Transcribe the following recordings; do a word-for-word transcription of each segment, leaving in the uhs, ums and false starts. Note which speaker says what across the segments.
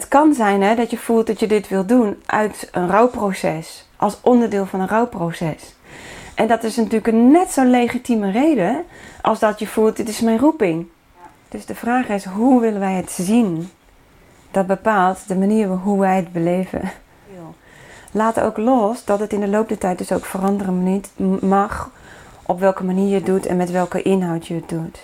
Speaker 1: het kan zijn hè, dat je voelt dat je dit wil doen uit een rouwproces. Als onderdeel van een rouwproces. En dat is natuurlijk een net zo'n legitieme reden als dat je voelt, dit is mijn roeping. Ja. Dus de vraag is, hoe willen wij het zien? Dat bepaalt de manier hoe wij het beleven. Laat ook los dat het in de loop der tijd dus ook veranderen mag. Op welke manier je het doet en met welke inhoud je het doet.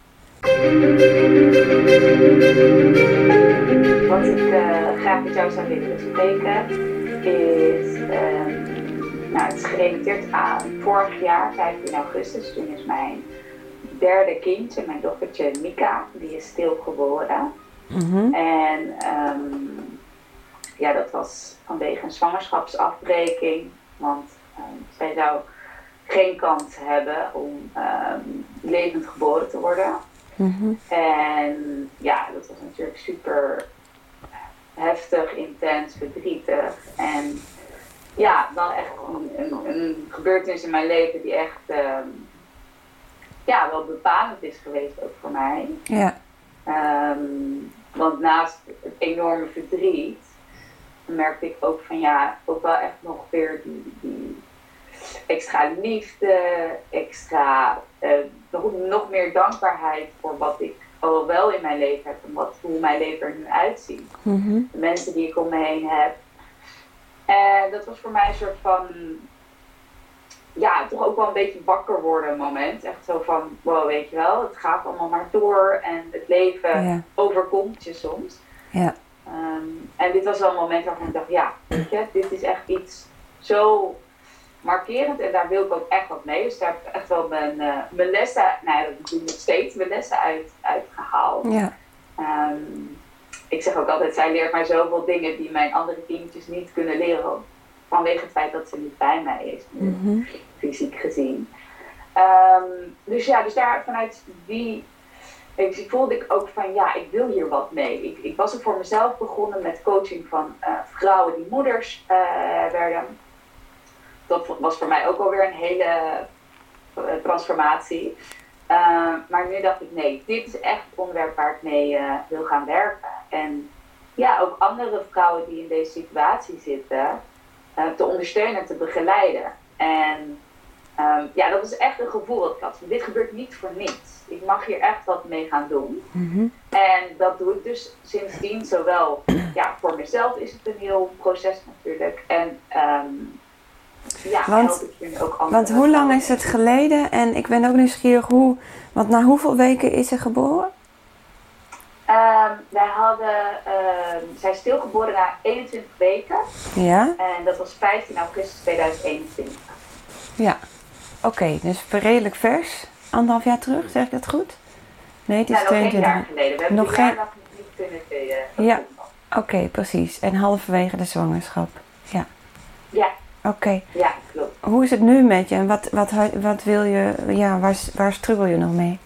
Speaker 2: Wat ik uh, graag met jou zou willen bespreken is, um, nou, het is gerelateerd aan vorig jaar, vijftien augustus. Toen is mijn derde kindje, mijn dochtertje Mika, die is stilgeboren. Mm-hmm. En um, ja, dat was vanwege een zwangerschapsafbreking, want um, zij zou geen kans hebben om um, levend geboren te worden. Mm-hmm. En ja, dat was natuurlijk super heftig, intens, verdrietig. En ja, dan echt een, een, een gebeurtenis in mijn leven die echt um, ja, wel bepalend is geweest ook voor mij.
Speaker 1: Ja.
Speaker 2: Um, want naast het enorme verdriet merkte ik ook van ja, ook wel echt nog weer die, die extra liefde, extra uh, nog, nog meer dankbaarheid voor wat ik al wel in mijn leven heb en wat, hoe mijn leven er nu uitziet. Mm-hmm. De mensen die ik om me heen heb. En dat was voor mij een soort van, ja, toch ook wel een beetje wakker worden moment. Echt zo van, wow, weet je wel, het gaat allemaal maar door en het leven ja. overkomt je soms.
Speaker 1: Ja.
Speaker 2: Um, en dit was wel een moment waarvan ik dacht, ja, weet je, dit is echt iets zo markerend en daar wil ik ook echt wat mee. Dus daar heb ik echt wel mijn, uh, mijn lessen, nou ja, dat doe ik nog steeds, mijn lessen uit, uitgehaald.
Speaker 1: Ja.
Speaker 2: Um, ik zeg ook altijd, zij leert mij zoveel dingen die mijn andere kindjes niet kunnen leren. Vanwege het feit dat ze niet bij mij is, mm-hmm. fysiek gezien. Um, dus ja, dus daar vanuit die, ik voelde ik ook van ja, ik wil hier wat mee. Ik, ik was er voor mezelf begonnen met coaching van uh, vrouwen die moeders uh, werden. Dat was voor mij ook alweer een hele uh, transformatie. Uh, maar nu dacht ik, nee, dit is echt het onderwerp waar ik mee uh, wil gaan werken. En ja, ook andere vrouwen die in deze situatie zitten, uh, te ondersteunen, te begeleiden. En um, ja, dat is echt een gevoel dat ik had. Dit gebeurt niet voor niets. Ik mag hier echt wat mee gaan doen. Mm-hmm. En dat doe ik dus sindsdien zowel, ja, voor mezelf is het een heel proces natuurlijk. En um, ja,
Speaker 1: want,
Speaker 2: ik ook
Speaker 1: want hoe lang is het geleden? En ik ben ook nieuwsgierig hoe, want na hoeveel weken is ze geboren?
Speaker 2: Um, wij hadden, um, zij is stilgeboren na eenentwintig weken.
Speaker 1: Ja.
Speaker 2: En dat was vijftien augustus tweeduizend eenentwintig.
Speaker 1: Ja, oké, okay, dus redelijk vers. Anderhalf jaar terug, zeg ik dat goed? Nee, het is
Speaker 2: nou,
Speaker 1: tweeëntwintig.
Speaker 2: Nog geen jaar geleden. We hebben
Speaker 1: nog
Speaker 2: geen...
Speaker 1: geen
Speaker 2: jaar nog niet kunnen uh,
Speaker 1: ja, oké, okay, precies. En halverwege de zwangerschap. Ja.
Speaker 2: Ja.
Speaker 1: Oké. Okay.
Speaker 2: Ja, klopt.
Speaker 1: Hoe is het nu met je en wat, wat, wat wil je, ja, waar, waar struggle je nog mee?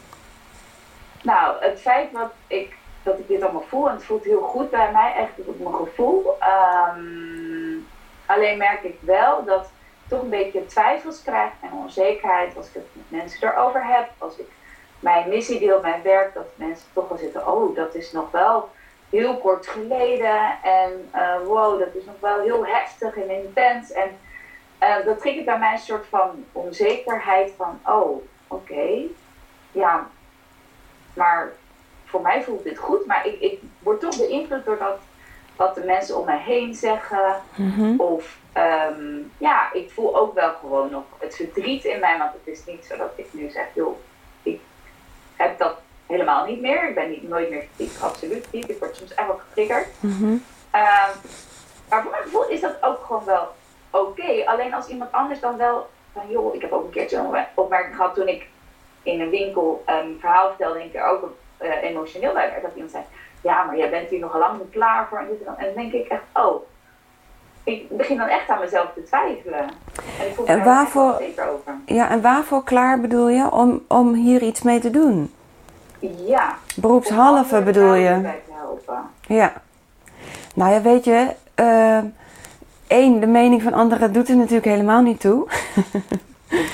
Speaker 2: Nou, het feit wat ik, dat ik dit allemaal voel, en het voelt heel goed bij mij, echt op mijn gevoel. Um, alleen merk ik wel dat ik toch een beetje twijfels krijg en onzekerheid als ik het met mensen erover heb. Als ik mijn missie deel, mijn werk, dat mensen toch wel zitten, oh, dat is nog wel heel kort geleden en uh, wow, dat is nog wel heel heftig en intens. En uh, dat triggert bij mij een soort van onzekerheid van, oh, oké, okay, ja, maar voor mij voelt dit goed, maar ik, ik word toch beïnvloed door dat, wat de mensen om me heen zeggen. Mm-hmm. Of um, ja, ik voel ook wel gewoon nog het verdriet in mij, want het is niet zo dat ik nu zeg, joh, ik heb dat helemaal niet meer. Ik ben niet, nooit meer verdrietig, absoluut niet. Ik word soms echt wel getriggerd. Mm-hmm. Um, maar voor mijn gevoel is dat ook gewoon wel oké. Okay. Alleen als iemand anders dan wel van, joh, ik heb ook een keertje een opmerking gehad toen ik in een winkel een um, verhaal vertelde en ik er ook uh, emotioneel bij werd. Dat iemand zei, ja, maar jij bent hier nog lang niet klaar voor. En, dit en, dan. En dan denk ik echt, oh, ik begin dan echt aan mezelf te twijfelen. En ik voel me
Speaker 1: en waarvoor,
Speaker 2: zeker over.
Speaker 1: Ja, en waarvoor klaar bedoel je? Om, om hier iets mee te doen?
Speaker 2: Ja.
Speaker 1: Beroepshalve bedoel je?
Speaker 2: Te helpen.
Speaker 1: Ja. Nou ja, weet je, uh, één, de mening van anderen doet er natuurlijk helemaal niet toe.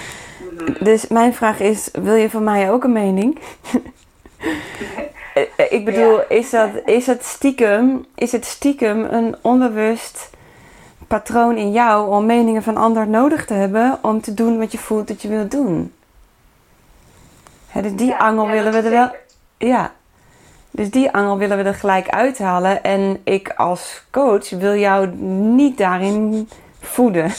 Speaker 1: Dus mijn vraag is, wil je van mij ook een mening? ik bedoel,
Speaker 2: Ja.
Speaker 1: is, dat, is, het stiekem, is het stiekem een onbewust patroon in jou om meningen van anderen nodig te hebben om te doen wat je voelt dat je wilt doen? Hè, dus die
Speaker 2: Ja,
Speaker 1: angel
Speaker 2: ja,
Speaker 1: willen we
Speaker 2: dat
Speaker 1: er
Speaker 2: is
Speaker 1: wel...
Speaker 2: zeker.
Speaker 1: Ja, dus die angel willen we er gelijk uithalen. En ik als coach wil jou niet daarin voeden.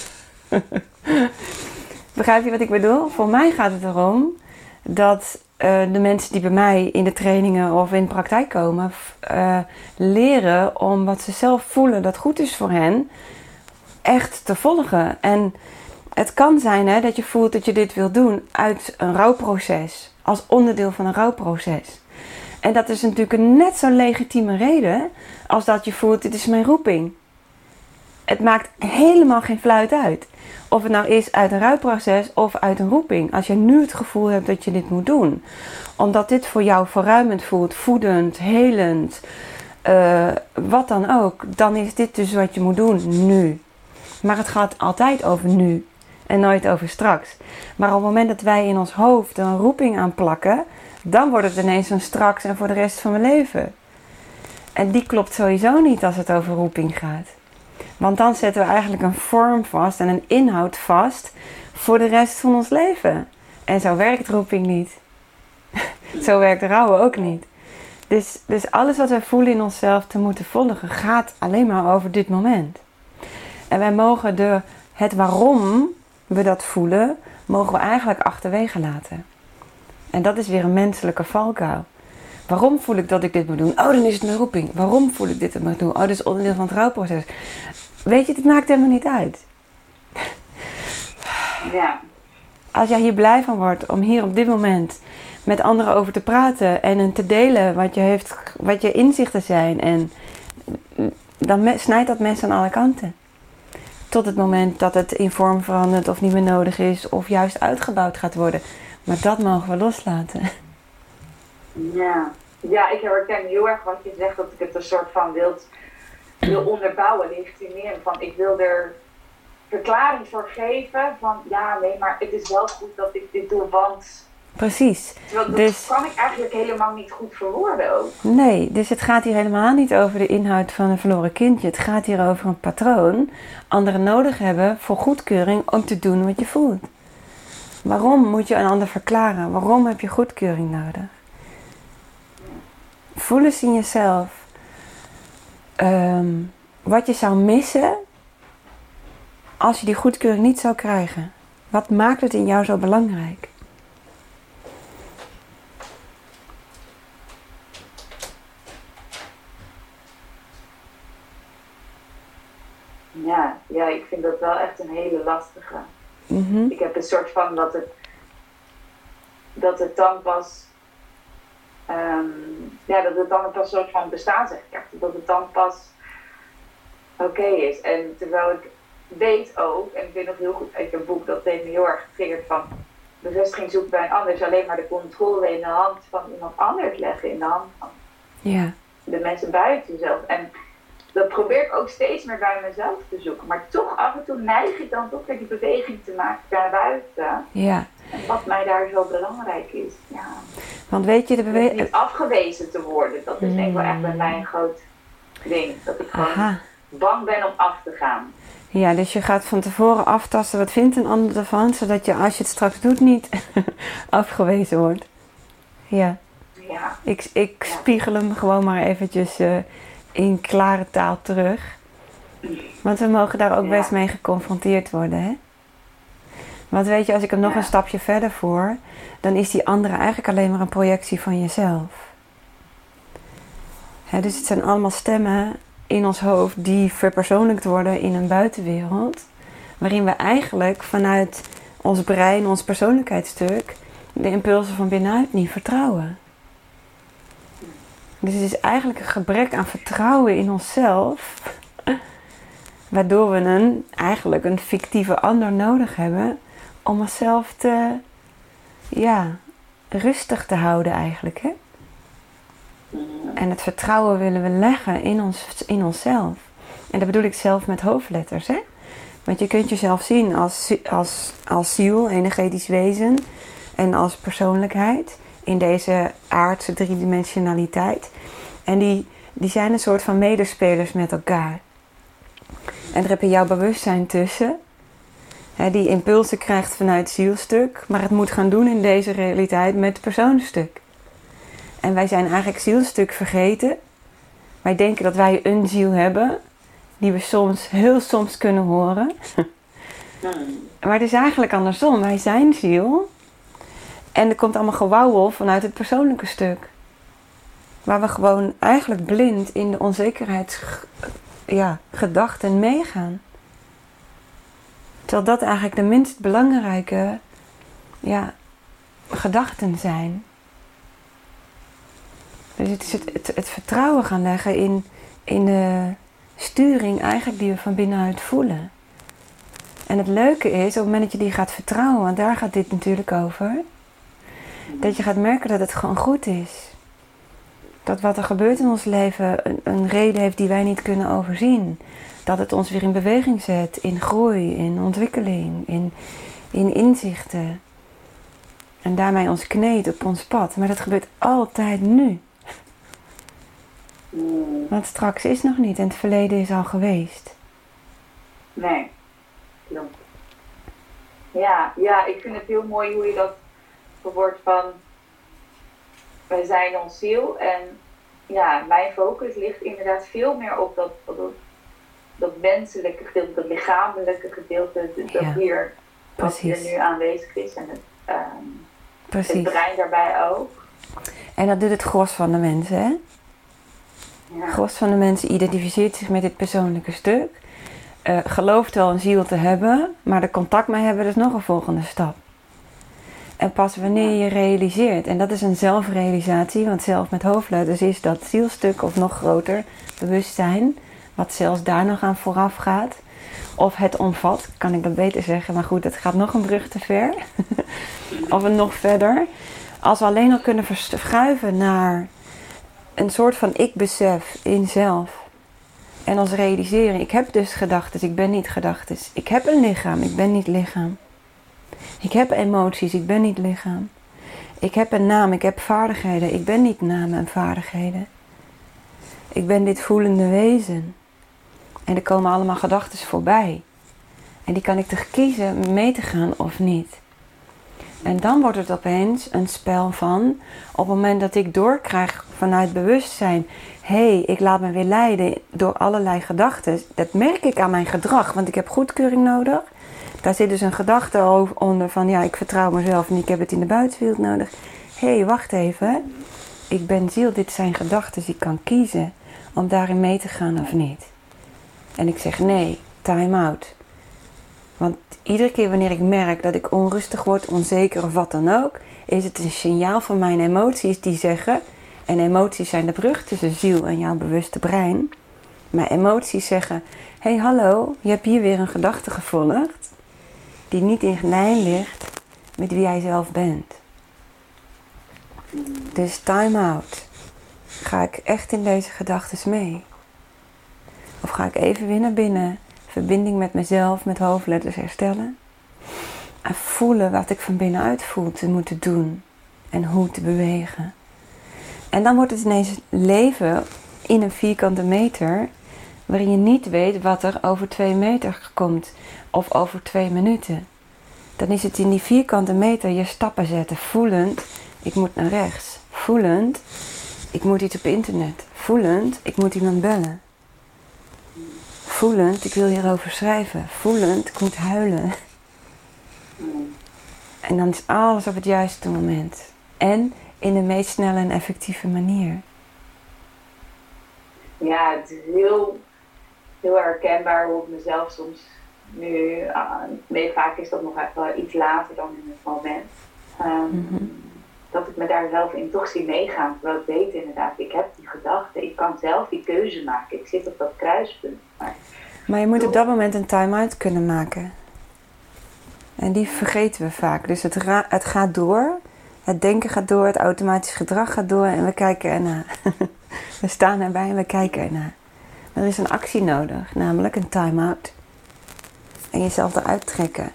Speaker 1: Begrijp je wat ik bedoel? Voor mij gaat het erom dat uh, de mensen die bij mij in de trainingen of in de praktijk komen, uh, leren om wat ze zelf voelen dat goed is voor hen, echt te volgen. En het kan zijn hè, dat je voelt dat je dit wil doen uit een rouwproces, als onderdeel van een rouwproces. En dat is natuurlijk een net zo legitieme reden als dat je voelt, dit is mijn roeping. Het maakt helemaal geen fluit uit. Of het nou is uit een rouwproces of uit een roeping. Als je nu het gevoel hebt dat je dit moet doen. Omdat dit voor jou verruimend voelt, voedend, helend. Uh, wat dan ook. Dan is dit dus wat je moet doen nu. Maar het gaat altijd over nu. En nooit over straks. Maar op het moment dat wij in ons hoofd een roeping aanplakken, dan wordt het ineens een straks en voor de rest van mijn leven. En die klopt sowieso niet als het over roeping gaat. Want dan zetten we eigenlijk een vorm vast en een inhoud vast voor de rest van ons leven. En zo werkt roeping niet. Zo werkt rouwen ook niet. Dus, dus alles wat wij voelen in onszelf te moeten volgen gaat alleen maar over dit moment. En wij mogen de, het waarom we dat voelen, mogen we eigenlijk achterwege laten. En dat is weer een menselijke valkuil. Waarom voel ik dat ik dit moet doen? Oh, dan is het mijn roeping. Waarom voel ik dit dat ik moet doen? Oh, dat is onderdeel van het rouwproces. Weet je, het maakt helemaal niet uit.
Speaker 2: Ja.
Speaker 1: Als jij hier blij van wordt om hier op dit moment met anderen over te praten en te delen wat je, heeft, wat je inzichten zijn. En dan me, snijdt dat mes aan alle kanten. Tot het moment dat het in vorm verandert of niet meer nodig is of juist uitgebouwd gaat worden. Maar dat mogen we loslaten.
Speaker 2: Ja, ja, ik herken heel erg wat je zegt, dat ik het een soort van wilt, wil onderbouwen, legitimeren. Van ik wil er verklaring voor geven van ja, nee, maar het is wel goed dat ik dit doe, want...
Speaker 1: Precies.
Speaker 2: Terwijl dat
Speaker 1: dus,
Speaker 2: kan ik eigenlijk helemaal niet goed verwoorden ook.
Speaker 1: Nee, dus het gaat hier helemaal niet over de inhoud van een verloren kindje. Het gaat hier over een patroon. Anderen nodig hebben voor goedkeuring om te doen wat je voelt. Waarom moet je een ander verklaren? Waarom heb je goedkeuring nodig? Voel eens in jezelf um, wat je zou missen als je die goedkeuring niet zou krijgen. Wat maakt het in jou zo belangrijk?
Speaker 2: Ja, ja, ik vind dat wel echt een hele lastige.
Speaker 1: Mm-hmm.
Speaker 2: Ik heb een soort van dat het, dat het dan pas... Um, ja, dat het dan pas een soort van bestaansrecht krijgt. Dat het dan pas oké okay is. En terwijl ik weet ook, en ik weet nog heel goed uit je boek, dat heeft me heel erg getriggerd van bevestiging zoeken bij een ander. Is alleen maar de controle in de hand van iemand anders leggen. In de hand van
Speaker 1: ja.
Speaker 2: de mensen buiten jezelf. En dat probeer ik ook steeds meer bij mezelf te zoeken. Maar toch af en toe neig ik dan toch weer die beweging te maken naar buiten.
Speaker 1: Ja.
Speaker 2: En wat mij daar zo belangrijk is. Ja.
Speaker 1: Want weet je, de beweging...
Speaker 2: Niet afgewezen te worden. Dat is denk ik wel echt bij mij een groot ding. Dat ik gewoon Aha. bang ben om af te gaan.
Speaker 1: Ja, dus je gaat van tevoren aftasten. Wat vindt een ander ervan? Zodat je als je het straks doet niet afgewezen wordt. Ja.
Speaker 2: Ja.
Speaker 1: Ik, ik
Speaker 2: ja.
Speaker 1: spiegel hem gewoon maar eventjes uh, in klare taal terug. Want we mogen daar ook ja. best mee geconfronteerd worden, hè? Want weet je, als ik hem nog ja. een stapje verder voer, dan is die andere eigenlijk alleen maar een projectie van jezelf. Hè, dus het zijn allemaal stemmen in ons hoofd die verpersoonlijkt worden in een buitenwereld, waarin we eigenlijk vanuit ons brein, ons persoonlijkheidsstuk, de impulsen van binnenuit niet vertrouwen. Dus het is eigenlijk een gebrek aan vertrouwen in onszelf, waardoor we een, eigenlijk een fictieve ander nodig hebben om onszelf te, ja, rustig te houden eigenlijk, hè? En het vertrouwen willen we leggen in, ons, in onszelf. En dat bedoel ik zelf met hoofdletters, hè? Want je kunt jezelf zien als, als, als ziel, energetisch wezen en als persoonlijkheid in deze aardse driedimensionaliteit. En die, die zijn een soort van medespelers met elkaar. En er heb je jouw bewustzijn tussen. Hè, die impulsen krijgt vanuit zielstuk. Maar het moet gaan doen in deze realiteit met persoonstuk. En wij zijn eigenlijk zielstuk vergeten. Wij denken dat wij een ziel hebben. Die we soms, heel soms kunnen horen. Maar het is eigenlijk andersom. Wij zijn ziel. En er komt allemaal gewauwel vanuit het persoonlijke stuk. Waar we gewoon eigenlijk blind in de onzekerheidsgedachten ja, meegaan. Terwijl dat eigenlijk de minst belangrijke ja, gedachten zijn. Dus het is het, het, het vertrouwen gaan leggen in, in de sturing eigenlijk die we van binnenuit voelen. En het leuke is, op het moment dat je die gaat vertrouwen, want daar gaat dit natuurlijk over, dat je gaat merken dat het gewoon goed is. Dat wat er gebeurt in ons leven een, een reden heeft die wij niet kunnen overzien. Dat het ons weer in beweging zet, in groei, in ontwikkeling, in, in inzichten. En daarmee ons kneedt op ons pad. Maar dat gebeurt altijd nu. Want straks is nog niet en het verleden is al geweest.
Speaker 2: Nee, klopt. Ja, ja, ik vind het heel mooi hoe je dat verwoordt van wij zijn ons ziel. En ja, mijn focus ligt inderdaad veel meer op dat, dat, dat menselijke gedeelte, dat lichamelijke gedeelte, dat ja, hier, wat hier nu aanwezig is. En het, um, het brein daarbij ook.
Speaker 1: En dat doet het gros van de mensen, hè? Ja. Het gros van de mensen identificeert zich met dit persoonlijke stuk. Uh, gelooft wel een ziel te hebben, maar er contact mee hebben is nog een volgende stap. En pas wanneer je realiseert, en dat is een zelfrealisatie, want zelf met hoofdletters is dat zielstuk of nog groter bewustzijn, wat zelfs daar nog aan vooraf gaat. Of het omvat, kan ik dat beter zeggen, maar goed, het gaat nog een brug te ver. Of een nog verder. Als we alleen al kunnen verschuiven naar een soort van ik-besef in zelf. En ons realiseren, ik heb dus gedachten, ik ben niet gedachten. Ik heb een lichaam, ik ben niet lichaam. Ik heb emoties, ik ben niet lichaam. Ik heb een naam, ik heb vaardigheden, ik ben niet namen en vaardigheden. Ik ben dit voelende wezen. En er komen allemaal gedachten voorbij. En die kan ik toch kiezen mee te gaan of niet. En dan wordt het opeens een spel van, op het moment dat ik doorkrijg vanuit bewustzijn, hé, hey, ik laat me weer leiden door allerlei gedachten. Dat merk ik aan mijn gedrag, want ik heb goedkeuring nodig. Daar zit dus een gedachte onder van, ja, ik vertrouw mezelf en ik heb het in de buitenwereld nodig. Hé, hey, wacht even. Ik ben ziel, dit zijn gedachten, ik kan kiezen om daarin mee te gaan of niet. En ik zeg nee, time out. Want iedere keer wanneer ik merk dat ik onrustig word, onzeker of wat dan ook, is het een signaal van mijn emoties die zeggen, en emoties zijn de brug tussen ziel en jouw bewuste brein. Mijn emoties zeggen, hé hey, hallo, je hebt hier weer een gedachte gevolgd die niet in lijn ligt met wie jij zelf bent. Dus time out. Ga ik echt in deze gedachten mee? Of ga ik even weer naar binnen, verbinding met mezelf, met hoofdletters herstellen. En voelen wat ik van binnenuit voel te moeten doen. En hoe te bewegen. En dan wordt het ineens leven in een vierkante meter, waarin je niet weet wat er over twee meter komt. Of over twee minuten. Dan is het in die vierkante meter je stappen zetten. Voelend, ik moet naar rechts. Voelend, ik moet iets op internet. Voelend, ik moet iemand bellen. Voelend, ik wil hierover schrijven. Voelend, ik moet huilen. En dan is alles op het juiste moment. En in de meest snelle en effectieve manier.
Speaker 2: Ja, het is heel, heel herkenbaar hoe ik mezelf soms nu... Uh, nee, vaak is dat nog even wel iets later dan in het moment. Um, mm-hmm. Dat ik me daar zelf in toch zie meegaan. Terwijl ik weet inderdaad, ik heb die gedachte. Ik kan zelf die keuze maken. Ik zit op dat kruispunt. Maar,
Speaker 1: maar je moet op dat moment een time-out kunnen maken. En die vergeten we vaak. Dus het, ra- het gaat door. Het denken gaat door. Het automatisch gedrag gaat door. En we kijken ernaar. We staan erbij en we kijken ernaar. Maar er is een actie nodig. Namelijk een time-out. En jezelf eruit trekken.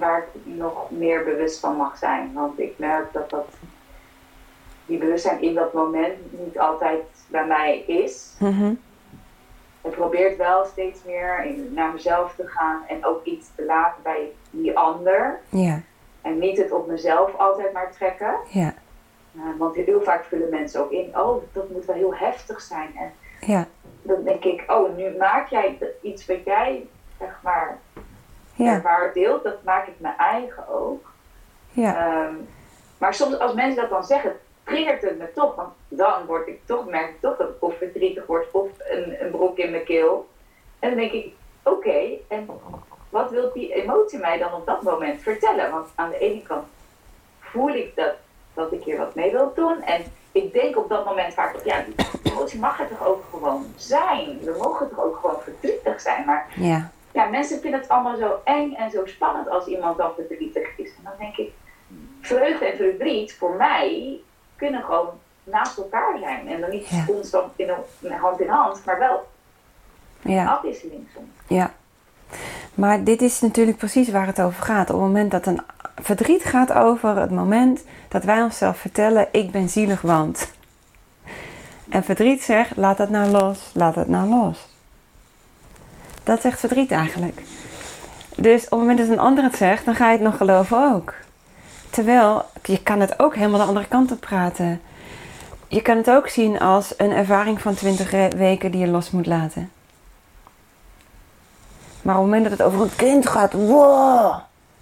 Speaker 2: waar ik nog meer bewust van mag zijn. Want ik merk dat, dat die bewustzijn in dat moment niet altijd bij mij is.
Speaker 1: Mm-hmm.
Speaker 2: Ik probeer wel steeds meer in, naar mezelf te gaan en ook iets te laten bij die ander.
Speaker 1: Ja.
Speaker 2: En niet het op mezelf altijd maar trekken.
Speaker 1: Ja.
Speaker 2: Uh, want heel vaak vullen mensen ook in, oh, dat moet wel heel heftig zijn. En
Speaker 1: ja.
Speaker 2: dan denk ik, oh, nu maak jij iets wat jij, zeg maar,
Speaker 1: ja.
Speaker 2: waar deelt, dat maak ik mijn eigen ook.
Speaker 1: Ja.
Speaker 2: Um, maar soms als mensen dat dan zeggen, triggert het me toch. Want dan word ik toch, merk ik toch dat ik of verdrietig word of een, een brok in mijn keel. En dan denk ik, oké, okay, en wat wil die emotie mij dan op dat moment vertellen? Want aan de ene kant voel ik dat, dat ik hier wat mee wil doen. En ik denk op dat moment vaak, ja, die emotie mag er toch ook gewoon zijn. We mogen toch ook gewoon verdrietig zijn. Maar
Speaker 1: ja.
Speaker 2: ja, mensen vinden het allemaal zo eng en zo spannend als iemand dan verdrietig is. En dan denk ik, vreugde en verdriet voor mij kunnen gewoon naast elkaar zijn. En dan niet ja. constant in een, hand in hand, maar wel
Speaker 1: ja.
Speaker 2: afwisseling soms.
Speaker 1: Ja. Maar dit is natuurlijk precies waar het over gaat. Op het moment dat een verdriet gaat over het moment dat wij onszelf vertellen, ik ben zielig want. En verdriet zegt, laat dat nou los, laat dat nou los. Dat zegt verdriet eigenlijk. Dus op het moment dat een ander het zegt, dan ga je het nog geloven ook. Terwijl, je kan het ook helemaal de andere kant op praten. Je kan het ook zien als een ervaring van twintig weken die je los moet laten. Maar op het moment dat het over een kind gaat, wow!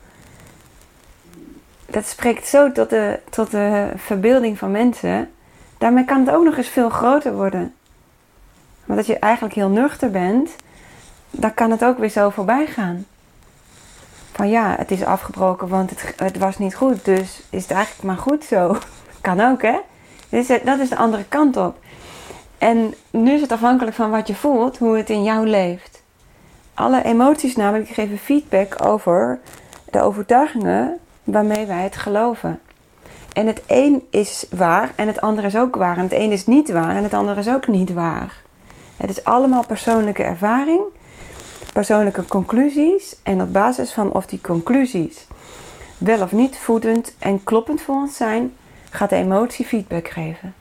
Speaker 1: Dat spreekt zo tot de, tot de verbeelding van mensen. Daarmee kan het ook nog eens veel groter worden. Want als je eigenlijk heel nuchter bent, dan kan het ook weer zo voorbij gaan. Van ja, het is afgebroken, want het, het was niet goed. Dus is het eigenlijk maar goed zo. Kan ook, hè? Dus dat is de andere kant op. En nu is het afhankelijk van wat je voelt, hoe het in jou leeft. Alle emoties namelijk geven feedback over de overtuigingen waarmee wij het geloven. En het een is waar en het andere is ook waar. En het een is niet waar en het andere is ook niet waar. Het is allemaal persoonlijke ervaring, persoonlijke conclusies. En op basis van of die conclusies wel of niet voedend en kloppend voor ons zijn, gaat de emotie feedback geven.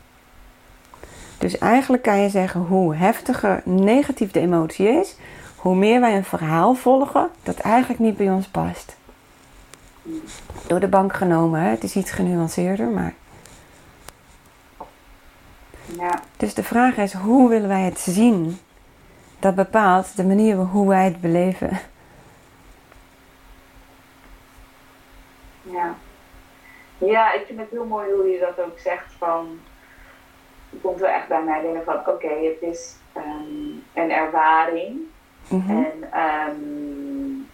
Speaker 1: Dus eigenlijk kan je zeggen, hoe heftiger negatief de emotie is, hoe meer wij een verhaal volgen dat eigenlijk niet bij ons past. Door de bank genomen, hè? Het is iets genuanceerder, maar...
Speaker 2: Ja.
Speaker 1: Dus de vraag is, hoe willen wij het zien? Dat bepaalt de manier hoe wij het beleven.
Speaker 2: Ja. Ja, ik vind het heel mooi hoe je dat ook zegt van... Het komt wel echt bij mij binnen van, oké, okay, het is um, een ervaring. Mm-hmm. En um,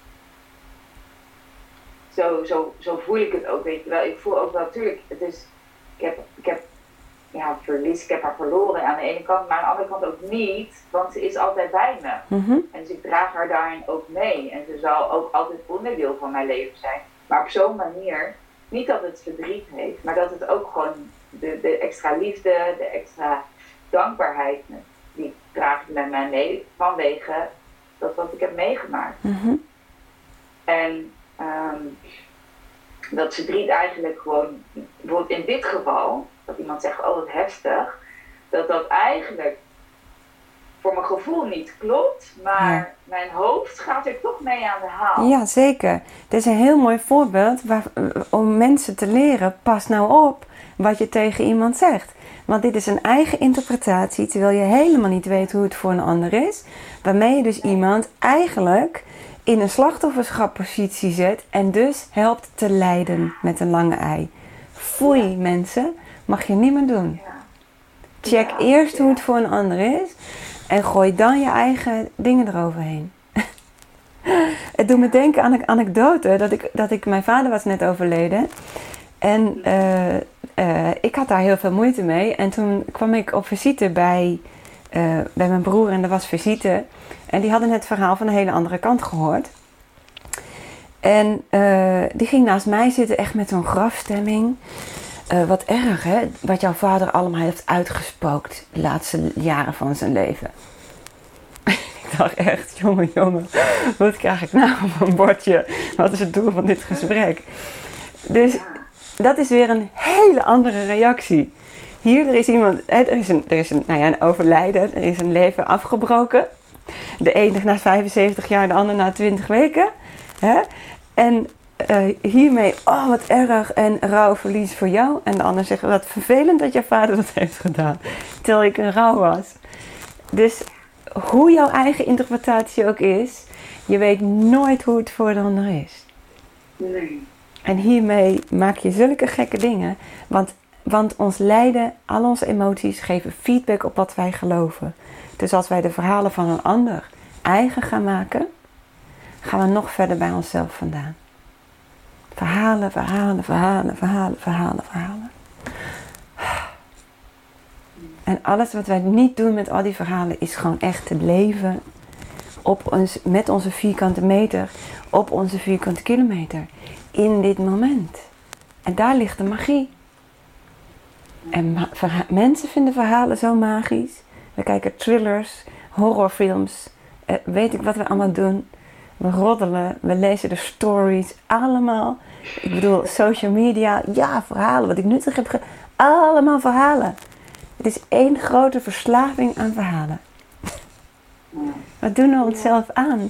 Speaker 2: zo, zo, zo voel ik het ook, weet je wel. Ik voel ook wel, natuurlijk, het is, ik heb, ik heb ja, verlies, ik heb haar verloren aan de ene kant, maar aan de andere kant ook niet, want ze is altijd bij me.
Speaker 1: Mm-hmm.
Speaker 2: En dus ik draag haar daarin ook mee. En ze zal ook altijd onderdeel van mijn leven zijn. Maar op zo'n manier, niet dat het verdriet heeft, maar dat het ook gewoon de, de extra liefde, de extra dankbaarheid, die draag ik met mij mee vanwege dat wat ik heb meegemaakt.
Speaker 1: Mm-hmm.
Speaker 2: En um, dat verdriet eigenlijk gewoon, bijvoorbeeld in dit geval, dat iemand zegt, oh wat heftig, dat dat eigenlijk voor mijn gevoel niet klopt, maar ja. Mijn hoofd gaat er toch mee aan de haal.
Speaker 1: Ja, zeker. Dit is een heel mooi voorbeeld waar, om mensen te leren, pas nou op wat je tegen iemand zegt. Want dit is een eigen interpretatie, terwijl je helemaal niet weet hoe het voor een ander is. Waarmee je dus iemand eigenlijk in een slachtofferschappositie zet en dus helpt te lijden met een lange ei. Foei, ja. Mensen, mag je niet meer doen. Ja. Check ja, eerst ja. hoe het voor een ander is en gooi dan je eigen dingen eroverheen. Het doet me denken aan een anekdote dat ik, dat ik mijn vader was net overleden. En uh, uh, ik had daar heel veel moeite mee. En toen kwam ik op visite bij, uh, bij mijn broer en er was visite. En die hadden het verhaal van een hele andere kant gehoord. En uh, die ging naast mij zitten echt met zo'n grafstemming. Uh, wat erg, hè? Wat jouw vader allemaal heeft uitgespookt de laatste jaren van zijn leven. Ik Ik dacht echt, jongen, jongen, wat krijg ik nou op een bordje? Wat is het doel van dit gesprek? Dus dat is weer een hele andere reactie. Hier, er is iemand, er is een, er is een, nou ja, een overlijden, er is een leven afgebroken. De ene na vijfenzeventig jaar, de ander na twintig weken. Hè? En uh, hiermee, oh wat erg en rouw verlies voor jou. En de ander zegt, wat vervelend dat jouw vader dat heeft gedaan. Terwijl ik een rouw was. Dus hoe jouw eigen interpretatie ook is, je weet nooit hoe het voor de ander is.
Speaker 2: Nee.
Speaker 1: En hiermee maak je zulke gekke dingen. Want, want ons lijden, al onze emoties geven feedback op wat wij geloven. Dus als wij de verhalen van een ander eigen gaan maken, gaan we nog verder bij onszelf vandaan. Verhalen, verhalen, verhalen, verhalen, verhalen, verhalen. En alles wat wij niet doen met al die verhalen is gewoon echt het leven op ons, met onze vierkante meter, op onze vierkante kilometer. In dit moment. En daar ligt de magie. En ma- verha- mensen vinden verhalen zo magisch. We kijken thrillers, horrorfilms, eh, weet ik wat we allemaal doen. We roddelen, we lezen de stories, allemaal. Ik bedoel, social media, ja, verhalen, wat ik nuttig heb ge... Allemaal verhalen. Het is één grote verslaving aan verhalen. Wat doen we onszelf aan?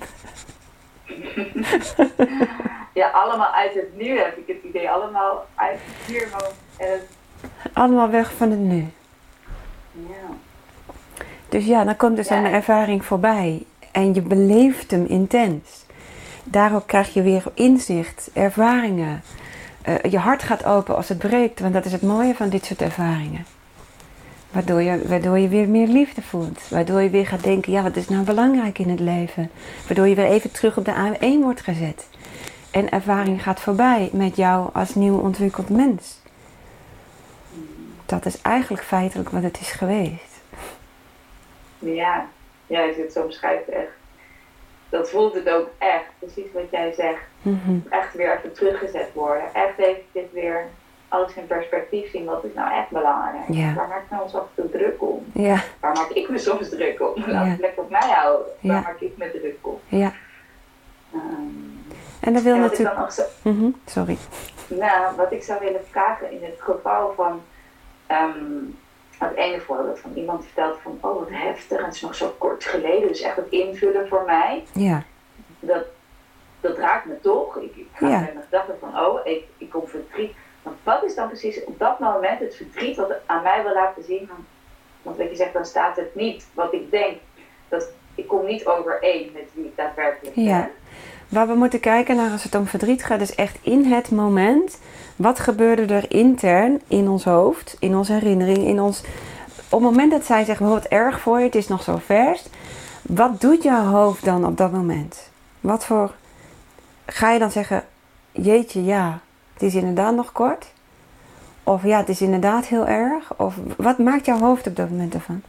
Speaker 2: Ja, allemaal uit het nu heb ik het idee. Allemaal uit het hier. En het...
Speaker 1: Allemaal weg van het nu.
Speaker 2: Ja.
Speaker 1: Dus ja, dan komt dus
Speaker 2: Ja.
Speaker 1: een ervaring voorbij. En je beleeft hem intens. Daarop krijg je weer inzicht, ervaringen. Uh, je hart gaat open als het breekt. Want dat is het mooie van dit soort ervaringen. Waardoor je, waardoor je weer meer liefde voelt. Waardoor je weer gaat denken, ja, wat is nou belangrijk in het leven? Waardoor je weer even terug op de A één wordt gezet. En ervaring gaat voorbij met jou als nieuw ontwikkeld mens. Dat is eigenlijk feitelijk wat het is geweest.
Speaker 2: Ja, ja, als je het zo beschrijft, echt. Dat voelt het ook echt, precies wat jij zegt.
Speaker 1: Mm-hmm.
Speaker 2: Echt weer even teruggezet worden. Echt even dit weer alles in perspectief zien. Wat is nou echt belangrijk?
Speaker 1: Ja.
Speaker 2: Waar maak ik nou zo af en toe druk om?
Speaker 1: Ja.
Speaker 2: Waar maak ik me soms druk om? Laat
Speaker 1: Ja.
Speaker 2: het lekker op mij houden. Waar
Speaker 1: Ja.
Speaker 2: maak ik me druk om?
Speaker 1: Ja.
Speaker 2: Um,
Speaker 1: En dat wil
Speaker 2: en wat ik
Speaker 1: natuurlijk...
Speaker 2: dan nog zo,
Speaker 1: Mm-hmm. Sorry.
Speaker 2: nou, wat ik zou willen vragen in het geval van... Um, het ene voorbeeld van iemand die vertelt van, oh wat heftig, en het is nog zo kort geleden, dus echt het invullen voor mij.
Speaker 1: Ja.
Speaker 2: Dat, dat raakt me toch. Ik, ik ga
Speaker 1: Ja.
Speaker 2: met mijn gedachten van, oh, ik, ik kom verdriet. Want wat is dan precies op dat moment het verdriet wat het aan mij wil laten zien? Want, want wat je zegt, dan staat het niet wat ik denk. Dat, ik kom niet overeen met wie ik daadwerkelijk ben.
Speaker 1: Ja. Waar we moeten kijken naar als het om verdriet gaat, is echt in het moment. Wat gebeurde er intern in ons hoofd, in onze herinnering, in ons... Op het moment dat zij zegt, wat erg voor je, het is nog zo vers. Wat doet jouw hoofd dan op dat moment? Wat voor... Ga je dan zeggen, jeetje, ja, het is inderdaad nog kort? Of ja, het is inderdaad heel erg? Of wat maakt jouw hoofd op dat moment ervan?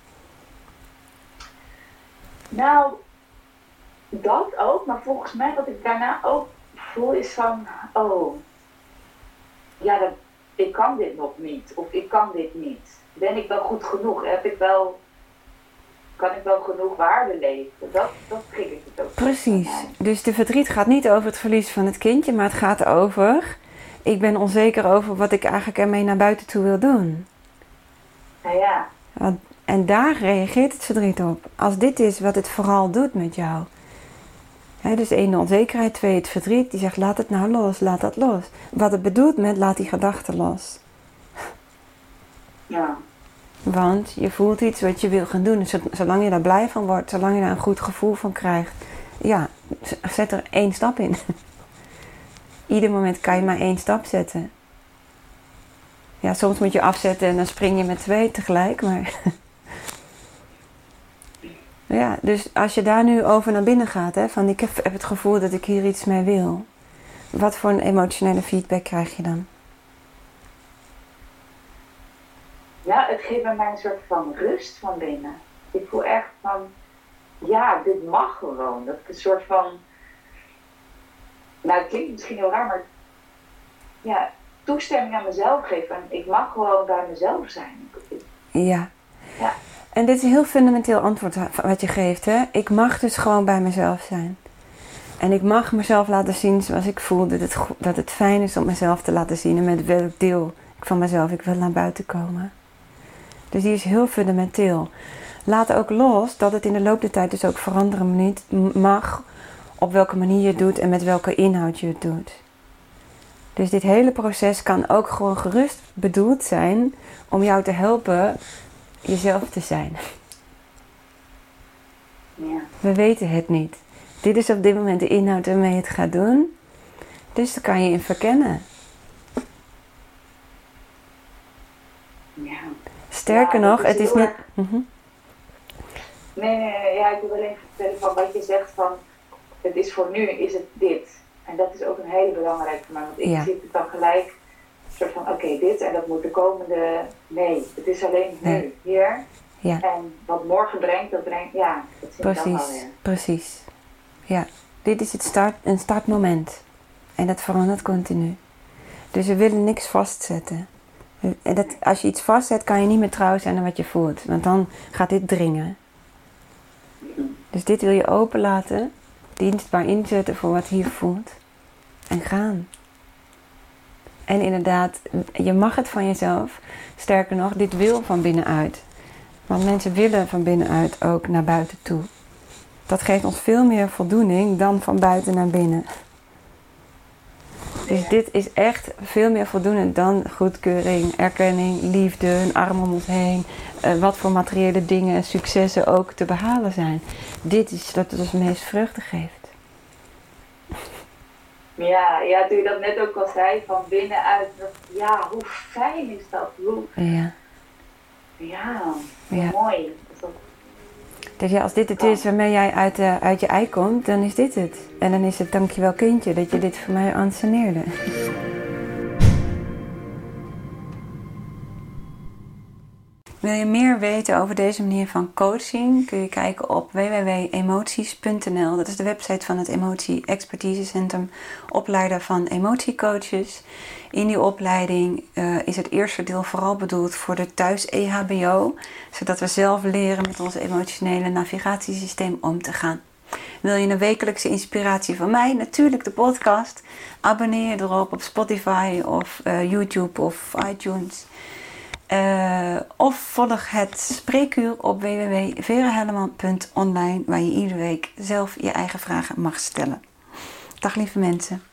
Speaker 2: Nou, dat ook. Maar volgens mij wat ik daarna ook voel is van, oh, ja, dat, ik kan dit nog niet. Of ik kan dit niet. Ben ik wel goed genoeg? Heb ik wel, kan ik wel genoeg waarde leven? Dat, dat triggert het ook.
Speaker 1: Precies. Dus de verdriet gaat niet over het verlies van het kindje, maar het gaat over... Ik ben onzeker over wat ik eigenlijk ermee naar buiten toe wil doen.
Speaker 2: Nou ja.
Speaker 1: En daar reageert het verdriet op. Als dit is wat het vooral doet met jou. He, dus één, de onzekerheid. Twee, het verdriet. Die zegt, laat het nou los, laat dat los. Wat het bedoelt met, laat die gedachten los.
Speaker 2: Ja.
Speaker 1: Want je voelt iets wat je wil gaan doen. Zolang je daar blij van wordt, zolang je daar een goed gevoel van krijgt. Ja, zet er één stap in. Ieder moment kan je maar één stap zetten. Ja, soms moet je afzetten en dan spring je met twee tegelijk. Maar ja, dus als je daar nu over naar binnen gaat, hè, van ik heb, heb het gevoel dat ik hier iets mee wil. Wat voor een emotionele feedback krijg je dan?
Speaker 2: Ja, het geeft bij mij een soort van rust van binnen. Ik voel echt van, ja, dit mag gewoon. Dat ik een soort van, nou het klinkt misschien heel raar, maar ja, toestemming aan mezelf geven. En ik mag gewoon bij mezelf zijn.
Speaker 1: Ja.
Speaker 2: Ja.
Speaker 1: En dit is een heel fundamenteel antwoord wat je geeft. Hè? Ik mag dus gewoon bij mezelf zijn. En ik mag mezelf laten zien zoals ik voel. Dat het, dat het fijn is om mezelf te laten zien. En met welk deel van mezelf ik wil naar buiten komen. Dus die is heel fundamenteel. Laat ook los dat het in de loop der tijd dus ook veranderen mag. Op welke manier je het doet en met welke inhoud je het doet. Dus dit hele proces kan ook gewoon gerust bedoeld zijn om jou te helpen jezelf te zijn.
Speaker 2: Ja.
Speaker 1: We weten het niet. Dit is op dit moment de inhoud waarmee je het gaat doen. Dus daar kan je in verkennen.
Speaker 2: Ja.
Speaker 1: Sterker
Speaker 2: ja,
Speaker 1: nog, het is niet...
Speaker 2: Erg...
Speaker 1: Mm-hmm.
Speaker 2: Nee, nee, nee. Ja, ik wil alleen vertellen van wat je zegt van... Het is voor nu, is het dit. En dat is ook een hele belangrijke voor mij. Want ik
Speaker 1: ja.
Speaker 2: zie het dan gelijk... Soort van, oké, okay, dit en dat moet de komende... Nee, het is alleen nu, nee. hier.
Speaker 1: Ja.
Speaker 2: En wat morgen brengt, dat brengt... Ja, dat zie ik dan wel weer.
Speaker 1: Precies. Ja, dit is het start, een startmoment. En dat verandert continu. Dus we willen niks vastzetten. En dat, als je iets vastzet, kan je niet meer trouw zijn aan wat je voelt. Want dan gaat dit dringen. Dus dit wil je openlaten. Dienstbaar inzetten voor wat hier voelt. En gaan. En inderdaad, je mag het van jezelf. Sterker nog, dit wil van binnenuit. Want mensen willen van binnenuit ook naar buiten toe. Dat geeft ons veel meer voldoening dan van buiten naar binnen. Dus dit is echt veel meer voldoende dan goedkeuring, erkenning, liefde, een arm om ons heen. Uh, wat voor materiële dingen, successen ook te behalen zijn. Dit is dat het ons het meest vruchten geeft.
Speaker 2: Ja, ja, toen je dat net ook al zei, van binnenuit. Ja, hoe fijn is dat? Hoe...
Speaker 1: Ja.
Speaker 2: Ja,
Speaker 1: ja.
Speaker 2: mooi.
Speaker 1: Dus ja, als dit het is waarmee jij uit, uh, uit je ei komt, dan is dit het. En dan is het dankjewel kindje dat je dit voor mij anseneerde. Wil je meer weten over deze manier van coaching? Kun je kijken op w w w punt emoties punt n l. Dat is de website van het Emotie Expertise Centrum, opleider van emotiecoaches. In die opleiding uh, is het eerste deel vooral bedoeld voor de thuis-E H B O, zodat we zelf leren met ons emotionele navigatiesysteem om te gaan. Wil je een wekelijkse inspiratie van mij? Natuurlijk de podcast. Abonneer je erop op Spotify of uh, YouTube of iTunes. Uh, of volg het spreekuur op w w w punt vera helleman punt online, waar je iedere week zelf je eigen vragen mag stellen. Dag lieve mensen.